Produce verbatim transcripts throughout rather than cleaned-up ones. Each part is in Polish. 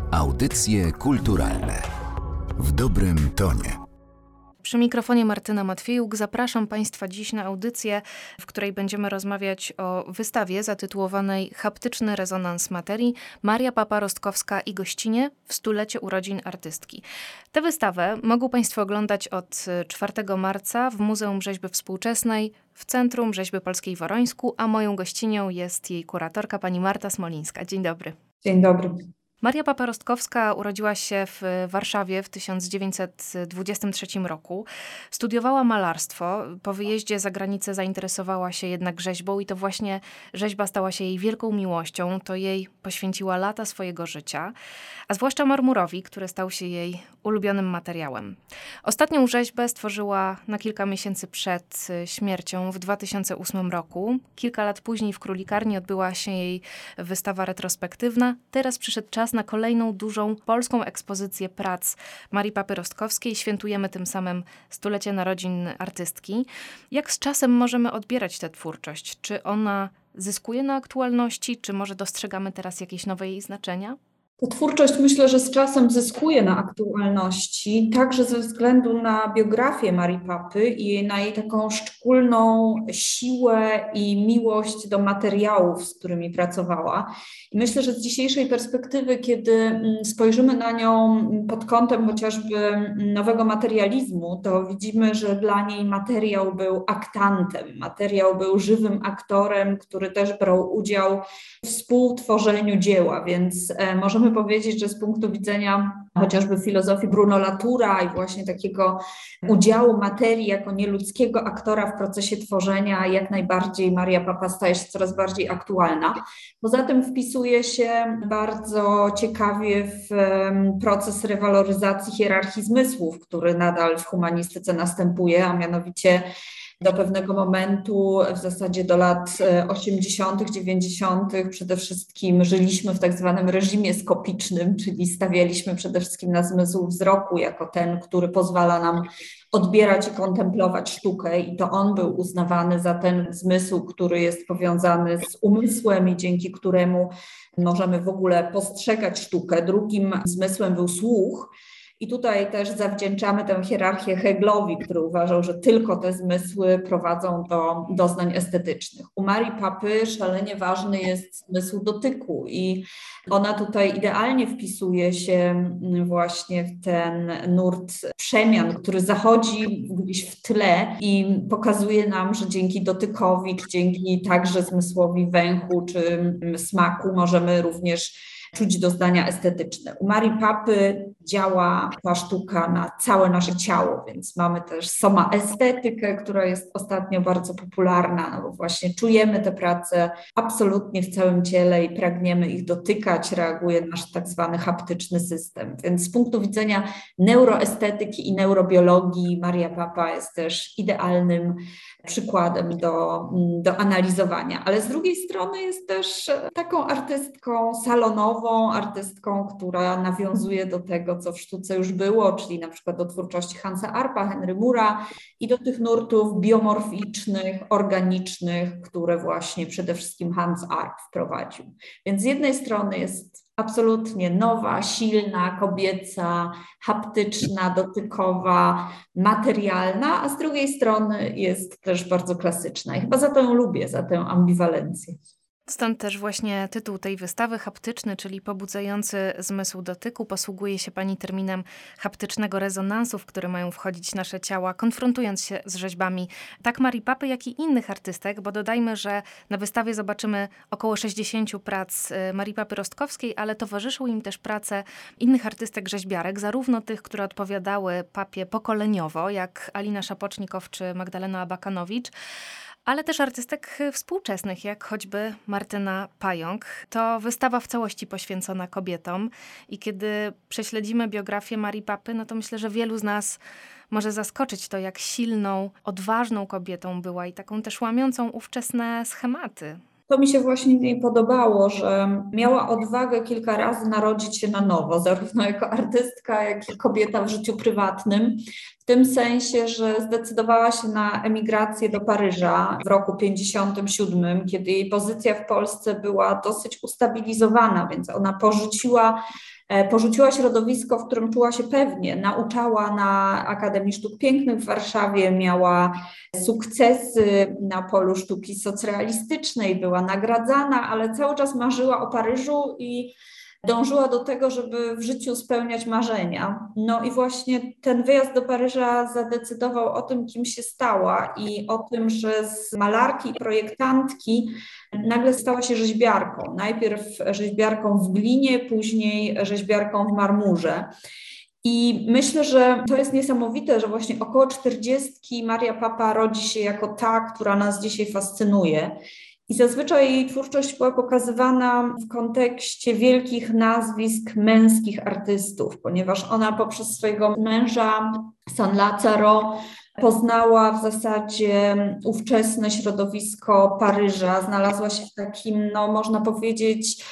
Audycje kulturalne w dobrym tonie. Przy mikrofonie Martyna Matwiejuk zapraszam Państwa dziś na audycję, w której będziemy rozmawiać o wystawie zatytułowanej Haptyczny rezonans materii Maria Papa-Rostkowska i gościnie w stulecie urodzin artystki. Tę wystawę mogą Państwo oglądać od czwartego marca w Muzeum Rzeźby Współczesnej w Centrum Rzeźby Polskiej w Orońsku, a moją gościnią jest jej kuratorka pani Marta Smolińska. Dzień dobry. Dzień dobry. Maria Papa-Rostkowska urodziła się w Warszawie w tysiąc dziewięćset dwudziestym trzecim roku. Studiowała malarstwo. Po wyjeździe za granicę zainteresowała się jednak rzeźbą i to właśnie rzeźba stała się jej wielką miłością. To jej poświęciła lata swojego życia, a zwłaszcza marmurowi, który stał się jej ulubionym materiałem. Ostatnią rzeźbę stworzyła na kilka miesięcy przed śmiercią w dwa tysiące ósmym roku. Kilka lat później w Królikarni odbyła się jej wystawa retrospektywna. Teraz przyszedł czas na kolejną dużą polską ekspozycję prac Marii Papy-Rostkowskiej. Świętujemy tym samym stulecie narodzin artystki. Jak z czasem możemy odbierać tę twórczość? Czy ona zyskuje na aktualności? Czy może dostrzegamy teraz jakieś nowe jej znaczenia? Ta twórczość myślę, że z czasem zyskuje na aktualności, także ze względu na biografię Marii Papy i na jej taką szczególną siłę i miłość do materiałów, z którymi pracowała. I myślę, że z dzisiejszej perspektywy, kiedy spojrzymy na nią pod kątem chociażby nowego materializmu, to widzimy, że dla niej materiał był aktantem, materiał był żywym aktorem, który też brał udział w współtworzeniu dzieła, więc możemy powiedzieć, że z punktu widzenia chociażby filozofii Bruno Latoura i właśnie takiego udziału materii jako nieludzkiego aktora w procesie tworzenia, jak najbardziej Maria Papa staje się coraz bardziej aktualna. Poza tym wpisuje się bardzo ciekawie w proces rewaloryzacji hierarchii zmysłów, który nadal w humanistyce następuje, a mianowicie do pewnego momentu, w zasadzie do lat osiemdziesiątych, dziewięćdziesiątych przede wszystkim żyliśmy w tak zwanym reżimie skopicznym, czyli stawialiśmy przede wszystkim na zmysł wzroku jako ten, który pozwala nam odbierać i kontemplować sztukę i to on był uznawany za ten zmysł, który jest powiązany z umysłem i dzięki któremu możemy w ogóle postrzegać sztukę. Drugim zmysłem był słuch. I tutaj też zawdzięczamy tę hierarchię Heglowi, który uważał, że tylko te zmysły prowadzą do doznań estetycznych. U Marii Papy szalenie ważny jest zmysł dotyku i ona tutaj idealnie wpisuje się właśnie w ten nurt przemian, który zachodzi gdzieś w tle i pokazuje nam, że dzięki dotykowi, czy dzięki także zmysłowi węchu czy smaku możemy również czuć doznania estetyczne. U Marii Papy działa ta sztuka na całe nasze ciało, więc mamy też somaestetykę, która jest ostatnio bardzo popularna, no bo właśnie czujemy te prace absolutnie w całym ciele i pragniemy ich dotykać, reaguje nasz tak zwany haptyczny system. Więc z punktu widzenia neuroestetyki i neurobiologii Maria Papa jest też idealnym przykładem do, do analizowania, ale z drugiej strony jest też taką artystką salonową, artystką, która nawiązuje do tego, co w sztuce już było, czyli na przykład do twórczości Hansa Arpa, Henry Mura i do tych nurtów biomorficznych, organicznych, które właśnie przede wszystkim Hans Arp wprowadził. Więc z jednej strony jest absolutnie nowa, silna, kobieca, haptyczna, dotykowa, materialna, a z drugiej strony jest też bardzo klasyczna. I chyba za to ją lubię, za tę ambiwalencję. Stąd też właśnie tytuł tej wystawy, haptyczny, czyli pobudzający zmysł dotyku. Posługuje się pani terminem haptycznego rezonansu, w który mają wchodzić nasze ciała, konfrontując się z rzeźbami tak Marii Papy, jak i innych artystek, bo dodajmy, że na wystawie zobaczymy około sześćdziesięciu prac Marii Papy-Rostkowskiej, ale towarzyszą im też prace innych artystek rzeźbiarek, zarówno tych, które odpowiadały papie pokoleniowo, jak Alina Szapocznikow czy Magdalena Abakanowicz, ale też artystek współczesnych, jak choćby Martyna Pająk. To wystawa w całości poświęcona kobietom i kiedy prześledzimy biografię Marii Papy, no to myślę, że wielu z nas może zaskoczyć to, jak silną, odważną kobietą była i taką też łamiącą ówczesne schematy. To mi się właśnie jej podobało, że miała odwagę kilka razy narodzić się na nowo, zarówno jako artystka, jak i kobieta w życiu prywatnym. W tym sensie, że zdecydowała się na emigrację do Paryża w roku pięćdziesiątym siódmym, kiedy jej pozycja w Polsce była dosyć ustabilizowana, więc ona porzuciła Porzuciła środowisko, w którym czuła się pewnie. Nauczała na Akademii Sztuk Pięknych w Warszawie, miała sukcesy na polu sztuki socrealistycznej, była nagradzana, ale cały czas marzyła o Paryżu i dążyła do tego, żeby w życiu spełniać marzenia. No i właśnie ten wyjazd do Paryża zadecydował o tym, kim się stała i o tym, że z malarki i projektantki nagle stała się rzeźbiarką. Najpierw rzeźbiarką w glinie, później rzeźbiarką w marmurze. I myślę, że to jest niesamowite, że właśnie około czterdziestki Maria Papa rodzi się jako ta, która nas dzisiaj fascynuje. I zazwyczaj jej twórczość była pokazywana w kontekście wielkich nazwisk męskich artystów, ponieważ ona poprzez swojego męża San Lazzaro poznała w zasadzie ówczesne środowisko Paryża, znalazła się w takim, no można powiedzieć,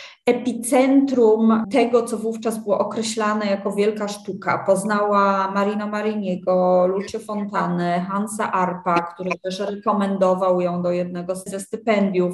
epicentrum tego, co wówczas było określane jako wielka sztuka. Poznała Marino Mariniego, Lucio Fontanę, Hansa Arpa, który też rekomendował ją do jednego ze stypendiów.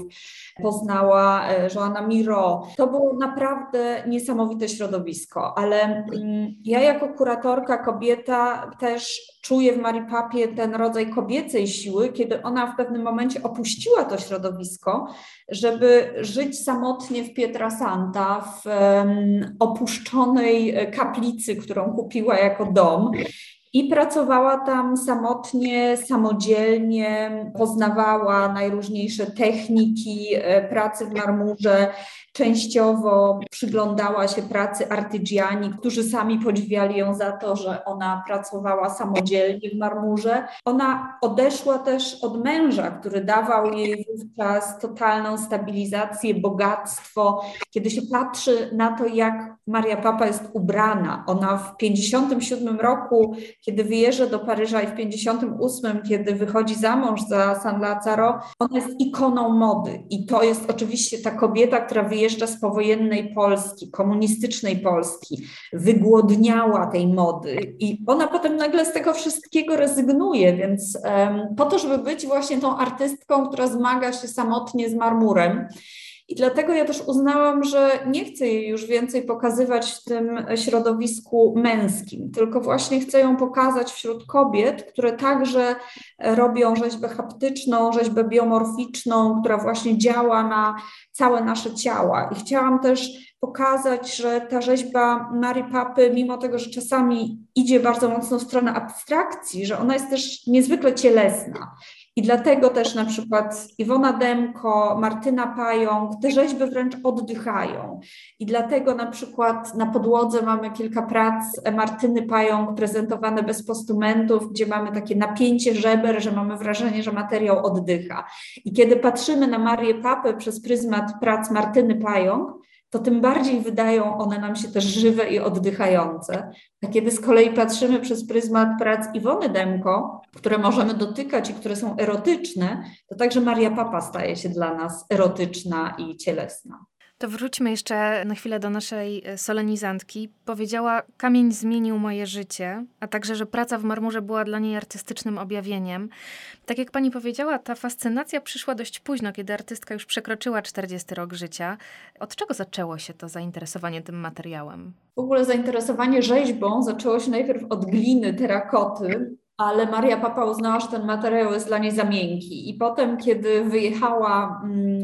Poznała Joana Miro. To było naprawdę niesamowite środowisko, ale ja jako kuratorka, kobieta też czuję w Marii Papie ten rodzaj kobiecej siły, kiedy ona w pewnym momencie opuściła to środowisko, żeby żyć samotnie w Pietrasanta, w um, opuszczonej kaplicy, którą kupiła jako dom. I pracowała tam samotnie, samodzielnie, poznawała najróżniejsze techniki pracy w marmurze, częściowo przyglądała się pracy artygiani, którzy sami podziwiali ją za to, że ona pracowała samodzielnie w marmurze. Ona odeszła też od męża, który dawał jej wówczas totalną stabilizację, bogactwo. Kiedy się patrzy na to, jak Maria Papa jest ubrana, ona w pięćdziesiątym siódmym roku, kiedy wyjeżdża do Paryża i w pięćdziesiątym ósmym, kiedy wychodzi za mąż za San Lazzaro, ona jest ikoną mody. I to jest oczywiście ta kobieta, która wyjeżdża z powojennej Polski, komunistycznej Polski, wygłodniała tej mody i ona potem nagle z tego wszystkiego rezygnuje, więc um, po to, żeby być właśnie tą artystką, która zmaga się samotnie z marmurem. I dlatego ja też uznałam, że nie chcę jej już więcej pokazywać w tym środowisku męskim, tylko właśnie chcę ją pokazać wśród kobiet, które także robią rzeźbę haptyczną, rzeźbę biomorficzną, która właśnie działa na całe nasze ciała. I chciałam też pokazać, że ta rzeźba Marii Papy, mimo tego, że czasami idzie bardzo mocno w stronę abstrakcji, że ona jest też niezwykle cielesna. I dlatego też na przykład Iwona Demko, Martyna Pająk, te rzeźby wręcz oddychają. I dlatego na przykład na podłodze mamy kilka prac Martyny Pająk prezentowane bez postumentów, gdzie mamy takie napięcie żeber, że mamy wrażenie, że materiał oddycha. I kiedy patrzymy na Marię Papę przez pryzmat prac Martyny Pająk, to tym bardziej wydają one nam się też żywe i oddychające. A kiedy z kolei patrzymy przez pryzmat prac Iwony Demko, które możemy dotykać i które są erotyczne, to także Maria Papa staje się dla nas erotyczna i cielesna. To wróćmy jeszcze na chwilę do naszej solenizantki. Powiedziała, kamień zmienił moje życie, a także, że praca w marmurze była dla niej artystycznym objawieniem. Tak jak pani powiedziała, ta fascynacja przyszła dość późno, kiedy artystka już przekroczyła czterdziesty rok życia. Od czego zaczęło się to zainteresowanie tym materiałem? W ogóle zainteresowanie rzeźbą zaczęło się najpierw od gliny, terakoty, ale Maria Papa uznała, że ten materiał jest dla niej za miękki. I potem, kiedy wyjechała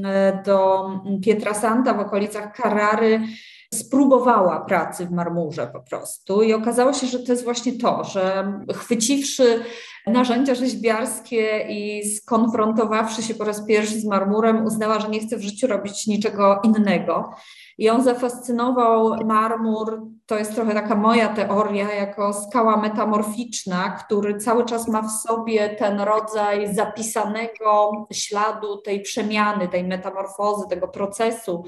do Pietrasanta w okolicach Carrary, spróbowała pracy w marmurze po prostu i okazało się, że to jest właśnie to, że chwyciwszy narzędzia rzeźbiarskie i skonfrontowawszy się po raz pierwszy z marmurem, uznała, że nie chce w życiu robić niczego innego. Ją zafascynował marmur, to jest trochę taka moja teoria, jako skała metamorficzna, który cały czas ma w sobie ten rodzaj zapisanego śladu tej przemiany, tej metamorfozy, tego procesu,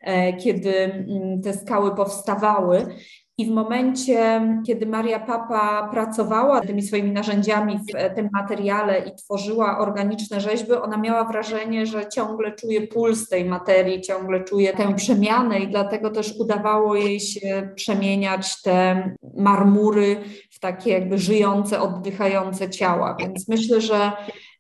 kiedy te skały powstawały. I w momencie, kiedy Maria Papa pracowała tymi swoimi narzędziami w tym materiale i tworzyła organiczne rzeźby, ona miała wrażenie, że ciągle czuje puls tej materii, ciągle czuje tę przemianę i dlatego też udawało jej się przemieniać te marmury w takie jakby żyjące, oddychające ciała. Więc myślę, że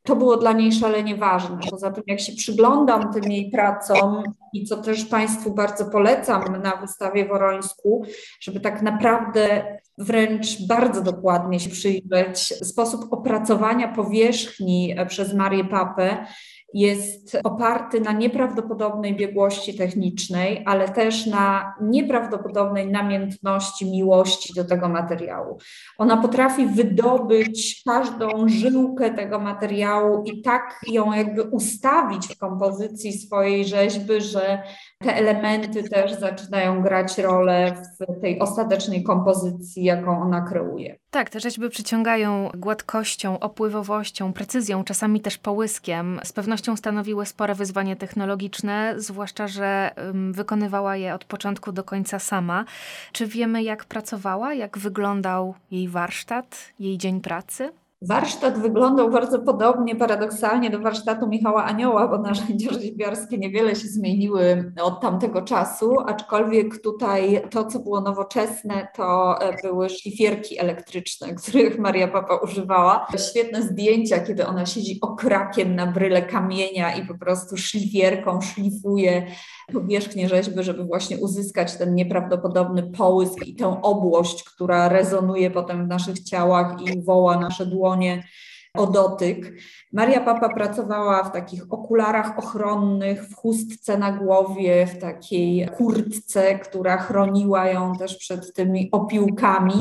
To było dla niej szalenie ważne. Poza tym, jak się przyglądam tym jej pracom i co też Państwu bardzo polecam na wystawie w Orońsku, żeby tak naprawdę wręcz bardzo dokładnie się przyjrzeć, sposób opracowania powierzchni przez Marię Papę jest oparty na nieprawdopodobnej biegłości technicznej, ale też na nieprawdopodobnej namiętności, miłości do tego materiału. Ona potrafi wydobyć każdą żyłkę tego materiału i tak ją jakby ustawić w kompozycji swojej rzeźby, że te elementy też zaczynają grać rolę w tej ostatecznej kompozycji, jaką ona kreuje. Tak, te rzeźby przyciągają gładkością, opływowością, precyzją, czasami też połyskiem. Z pewnością stanowiły spore wyzwanie technologiczne, zwłaszcza że um, wykonywała je od początku do końca sama. Czy wiemy, jak pracowała, jak wyglądał jej warsztat, jej dzień pracy? Warsztat wyglądał bardzo podobnie, paradoksalnie, do warsztatu Michała Anioła, bo narzędzia rzeźbiarskie niewiele się zmieniły od tamtego czasu, aczkolwiek tutaj to, co było nowoczesne, to były szlifierki elektryczne, których Maria Papa używała. Świetne zdjęcia, kiedy ona siedzi okrakiem na bryle kamienia i po prostu szlifierką szlifuje powierzchnię rzeźby, żeby właśnie uzyskać ten nieprawdopodobny połysk i tę obłość, która rezonuje potem w naszych ciałach i woła nasze dłonie o dotyk. Maria Papa pracowała w takich okularach ochronnych, w chustce na głowie, w takiej kurtce, która chroniła ją też przed tymi opiłkami.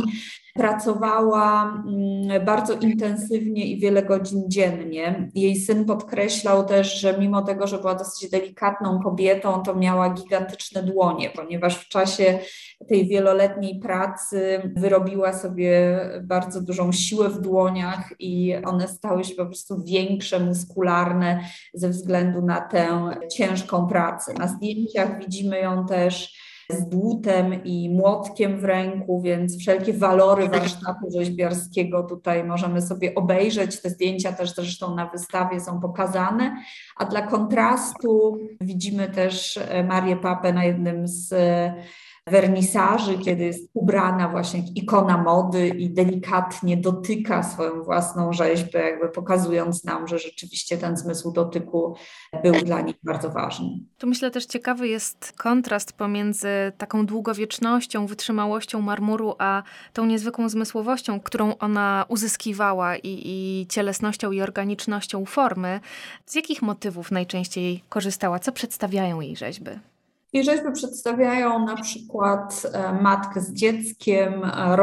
Pracowała bardzo intensywnie i wiele godzin dziennie. Jej syn podkreślał też, że mimo tego, że była dosyć delikatną kobietą, to miała gigantyczne dłonie, ponieważ w czasie tej wieloletniej pracy wyrobiła sobie bardzo dużą siłę w dłoniach i one stały się po prostu większe, muskularne ze względu na tę ciężką pracę. Na zdjęciach widzimy ją też z dłutem i młotkiem w ręku, więc wszelkie walory warsztatu rzeźbiarskiego tutaj możemy sobie obejrzeć. Te zdjęcia też zresztą na wystawie są pokazane, a dla kontrastu widzimy też Marię Papę na jednym z wernisaży, kiedy jest ubrana właśnie jak ikona mody i delikatnie dotyka swoją własną rzeźbę, jakby pokazując nam, że rzeczywiście ten zmysł dotyku był dla niej bardzo ważny. Tu myślę też ciekawy jest kontrast pomiędzy taką długowiecznością, wytrzymałością marmuru, a tą niezwykłą zmysłowością, którą ona uzyskiwała i, i cielesnością i organicznością formy. Z jakich motywów najczęściej korzystała? Co przedstawiają jej rzeźby? I rzeźby przedstawiają na przykład matkę z dzieckiem,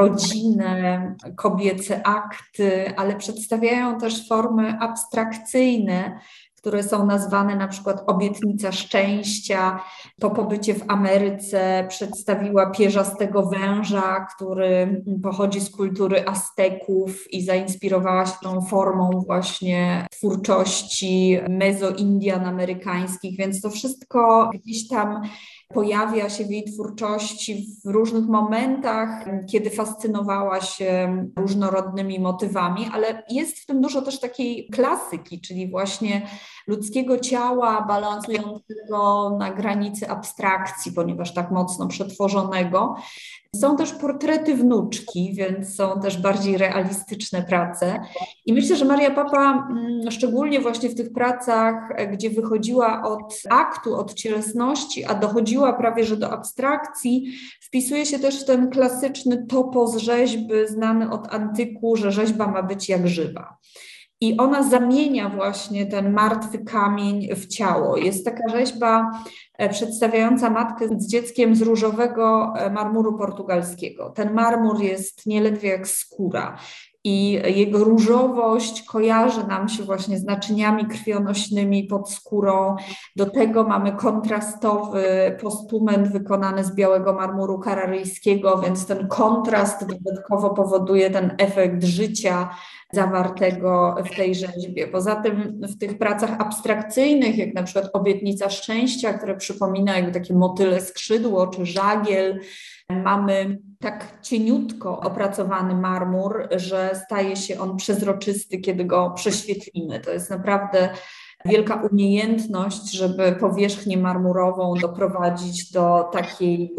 rodzinę, kobiece akty, ale przedstawiają też formy abstrakcyjne, które są nazwane na przykład obietnica szczęścia. Po pobycie w Ameryce przedstawiła pierzastego węża, który pochodzi z kultury Azteków i zainspirowała się tą formą właśnie twórczości mezo-Indian amerykańskich, więc to wszystko gdzieś tam pojawia się w jej twórczości w różnych momentach, kiedy fascynowała się różnorodnymi motywami, ale jest w tym dużo też takiej klasyki, czyli właśnie ludzkiego ciała balansującego na granicy abstrakcji, ponieważ tak mocno przetworzonego. Są też portrety wnuczki, więc są też bardziej realistyczne prace. I myślę, że Maria Papa, szczególnie właśnie w tych pracach, gdzie wychodziła od aktu, od cielesności, a dochodziła prawie że do abstrakcji, wpisuje się też w ten klasyczny topos rzeźby znany od antyku, że rzeźba ma być jak żywa. I ona zamienia właśnie ten martwy kamień w ciało. Jest taka rzeźba przedstawiająca matkę z dzieckiem z różowego marmuru portugalskiego. Ten marmur jest nieledwie jak skóra i jego różowość kojarzy nam się właśnie z naczyniami krwionośnymi pod skórą. Do tego mamy kontrastowy postument wykonany z białego marmuru kararyjskiego, więc ten kontrast dodatkowo powoduje ten efekt życia zawartego w tej rzeźbie. Poza tym w tych pracach abstrakcyjnych, jak na przykład obietnica szczęścia, które przypomina jakby takie motyle skrzydło czy żagiel, mamy tak cieniutko opracowany marmur, że staje się on przezroczysty, kiedy go prześwietlimy. To jest naprawdę wielka umiejętność, żeby powierzchnię marmurową doprowadzić do takiej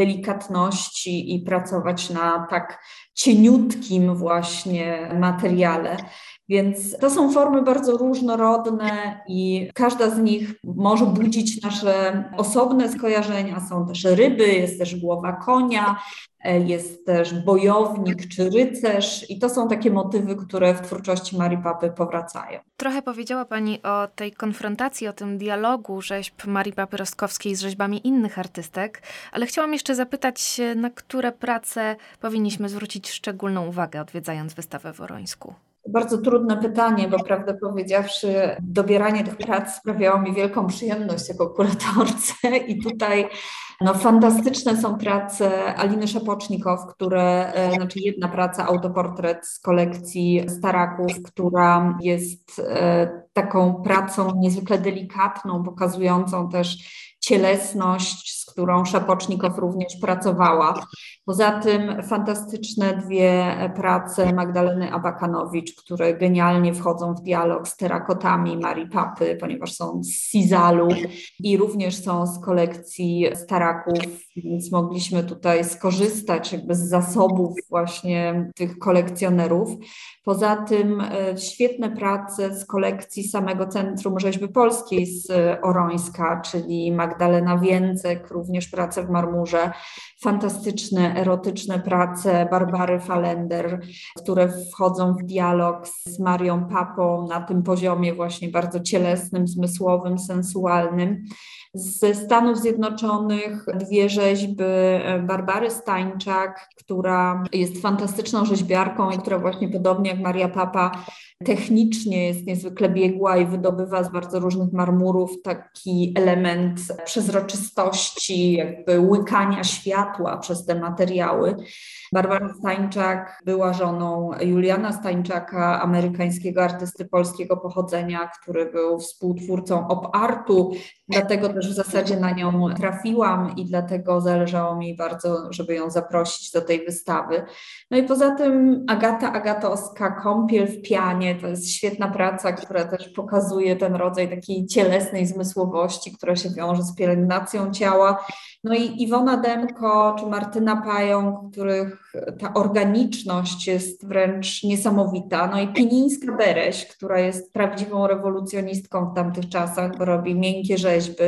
delikatności i pracować na tak cieniutkim właśnie materiale. Więc to są formy bardzo różnorodne i każda z nich może budzić nasze osobne skojarzenia. Są też ryby, jest też głowa konia, jest też bojownik czy rycerz i to są takie motywy, które w twórczości Marii Papy powracają. Trochę powiedziała Pani o tej konfrontacji, o tym dialogu rzeźb Marii Papy Rostkowskiej z rzeźbami innych artystek, ale chciałam jeszcze zapytać, na które prace powinniśmy zwrócić szczególną uwagę, odwiedzając wystawę w Worońsku? Bardzo trudne pytanie, bo prawdę powiedziawszy, dobieranie tych prac sprawiało mi wielką przyjemność jako kuratorce i tutaj no, fantastyczne są prace Aliny Szapocznikow, które, znaczy jedna praca, autoportret z kolekcji Staraków, która jest e, taką pracą niezwykle delikatną, pokazującą też cielesność, z którą Szapocznikow również pracowała. Poza tym fantastyczne dwie prace Magdaleny Abakanowicz, które genialnie wchodzą w dialog z terakotami Marii Papy, ponieważ są z Sizalu i również są z kolekcji Staraków, więc mogliśmy tutaj skorzystać jakby z zasobów właśnie tych kolekcjonerów. Poza tym świetne prace z kolekcji samego Centrum Rzeźby Polskiej z Orońska, czyli Magdalena Więcek, również prace w marmurze, fantastyczne, erotyczne prace Barbary Falender, które wchodzą w dialog z Marią Papą na tym poziomie właśnie bardzo cielesnym, zmysłowym, sensualnym. Z Stanów Zjednoczonych dwie rzeźby Barbary Stańczak, która jest fantastyczną rzeźbiarką i która właśnie podobnie jak Maria Papa technicznie jest niezwykle biegła i wydobywa z bardzo różnych marmurów taki element przezroczystości, jakby łykania światła przez te materiały. Barbara Stańczak była żoną Juliana Stańczaka, amerykańskiego artysty polskiego pochodzenia, który był współtwórcą op-artu, dlatego też w zasadzie na nią trafiłam i dlatego zależało mi bardzo, żeby ją zaprosić do tej wystawy. No i poza tym Agata Agatowska, Kąpiel w pianie, to jest świetna praca, która też pokazuje ten rodzaj takiej cielesnej zmysłowości, która się wiąże z pielęgnacją ciała. No i Iwona Demko czy Martyna Pająk, których ta organiczność jest wręcz niesamowita. No i Pinińska-Bereś, która jest prawdziwą rewolucjonistką w tamtych czasach, bo robi miękkie rzeźby.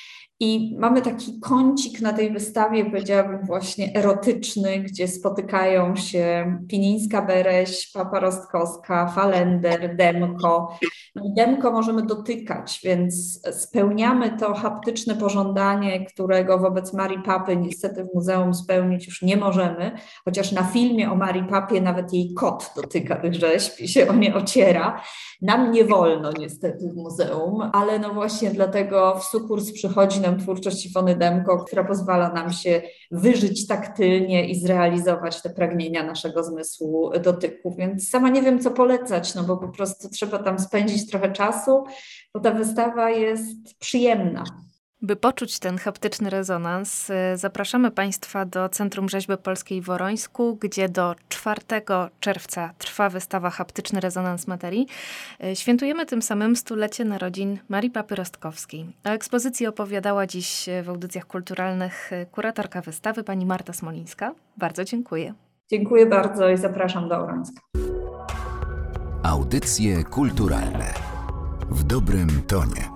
I mamy taki kącik na tej wystawie, powiedziałabym właśnie erotyczny, gdzie spotykają się Pinińska-Bereś, Papa Rostkowska, Falender, Demko. No i Demko możemy dotykać, więc spełniamy to haptyczne pożądanie, którego wobec Marii Papy niestety w muzeum spełnić już nie możemy, chociaż na filmie o Marii Papie nawet jej kot dotyka tych rzeźb i się o nie ociera. Nam nie wolno niestety w muzeum, ale no właśnie dlatego w sukurs przychodzi nam twórczość Iwony Demko, która pozwala nam się wyżyć taktylnie i zrealizować te pragnienia naszego zmysłu dotyku. Więc sama nie wiem, co polecać, no bo po prostu trzeba tam spędzić trochę czasu, bo ta wystawa jest przyjemna. By poczuć ten haptyczny rezonans, zapraszamy Państwa do Centrum Rzeźby Polskiej w Worońsku, gdzie do czwartego czerwca trwa wystawa Haptyczny rezonans materii. Świętujemy tym samym stulecie narodzin Marii Papy Rostkowskiej. O ekspozycji opowiadała dziś w audycjach kulturalnych kuratorka wystawy, pani Marta Smolińska. Bardzo dziękuję. Dziękuję bardzo i zapraszam do Worońska. Audycje kulturalne w dobrym tonie.